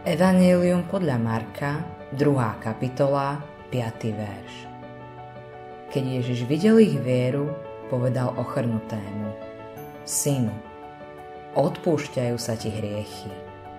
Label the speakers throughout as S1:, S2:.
S1: Evanjelium podľa Marka, 2. kapitola, 5. verš. Keď Ježiš videl ich vieru, povedal ochrnutému: Synu, odpúšťajú sa ti hriechy.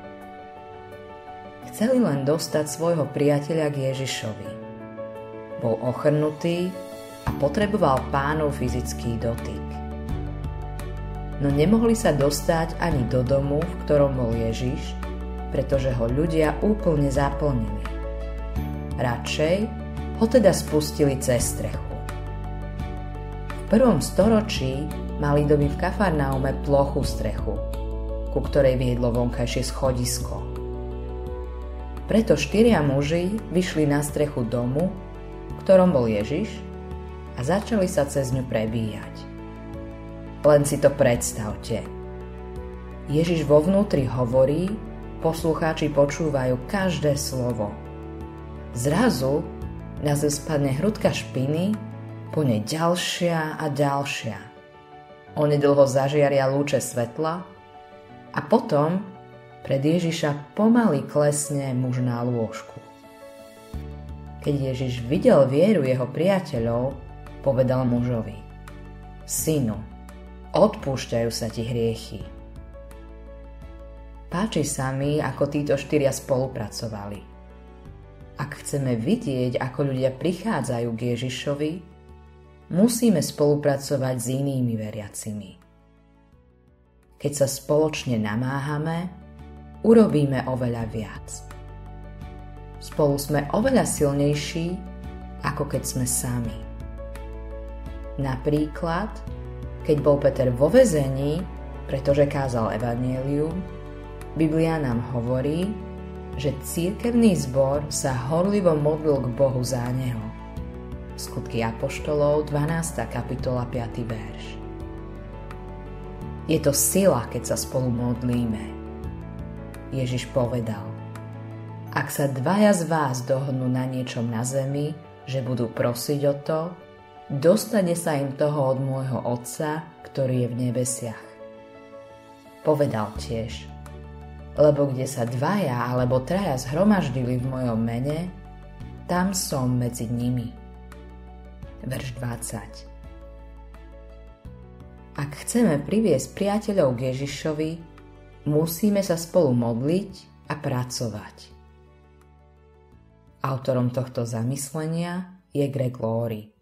S1: Chceli len dostať svojho priateľa k Ježišovi. Bol ochrnutý a potreboval Pánov fyzický dotyk. No nemohli sa dostať ani do domu, v ktorom bol Ježiš, pretože ho ľudia úplne zaplnili. Radšej ho teda spustili cez strechu. V 1. storočí mali domy v Kafarnaume plochú strechu, ku ktorej viedlo vonkajšie schodisko. Preto 4 muži vyšli na strechu domu, v ktorom bol Ježiš, a začali sa cez ňu prebíjať. Len si to predstavte. Ježiš vo vnútri hovorí, poslucháči počúvajú každé slovo. Zrazu na zem spadne hrudka špiny, po nej ďalšia a ďalšia. Onedlho zažiaria lúče svetla a potom pred Ježiša pomaly klesne muž na lôžku. Keď Ježiš videl vieru jeho priateľov, povedal mužovi: Synu, odpúšťajú sa ti hriechy. Páči sa mi, ako títo 4 spolupracovali. Ak chceme vidieť, ako ľudia prichádzajú k Ježišovi, musíme spolupracovať s inými veriacimi. Keď sa spoločne namáhame, urobíme oveľa viac. Spolu sme oveľa silnejší, ako keď sme sami. Napríklad, keď bol Peter vo väzení, pretože kázal evanjelium, Biblia nám hovorí, že cirkevný zbor sa horlivo modlil k Bohu za neho. Skutky apoštolov, 12. kapitola, 5. verš. Je to sila, keď sa spolu modlíme. Ježiš povedal: Ak sa 2 z vás dohodnú na niečom na zemi, že budú prosiť o to, dostane sa im toho od môjho Otca, ktorý je v nebesiach. Povedal tiež: Lebo kde sa 2 alebo 3 zhromaždili v mojom mene, tam som medzi nimi. Verš 20. Ak chceme priviesť priateľov k Ježišovi, musíme sa spolu modliť a pracovať. Autorom tohto zamyslenia je Greg Laurie.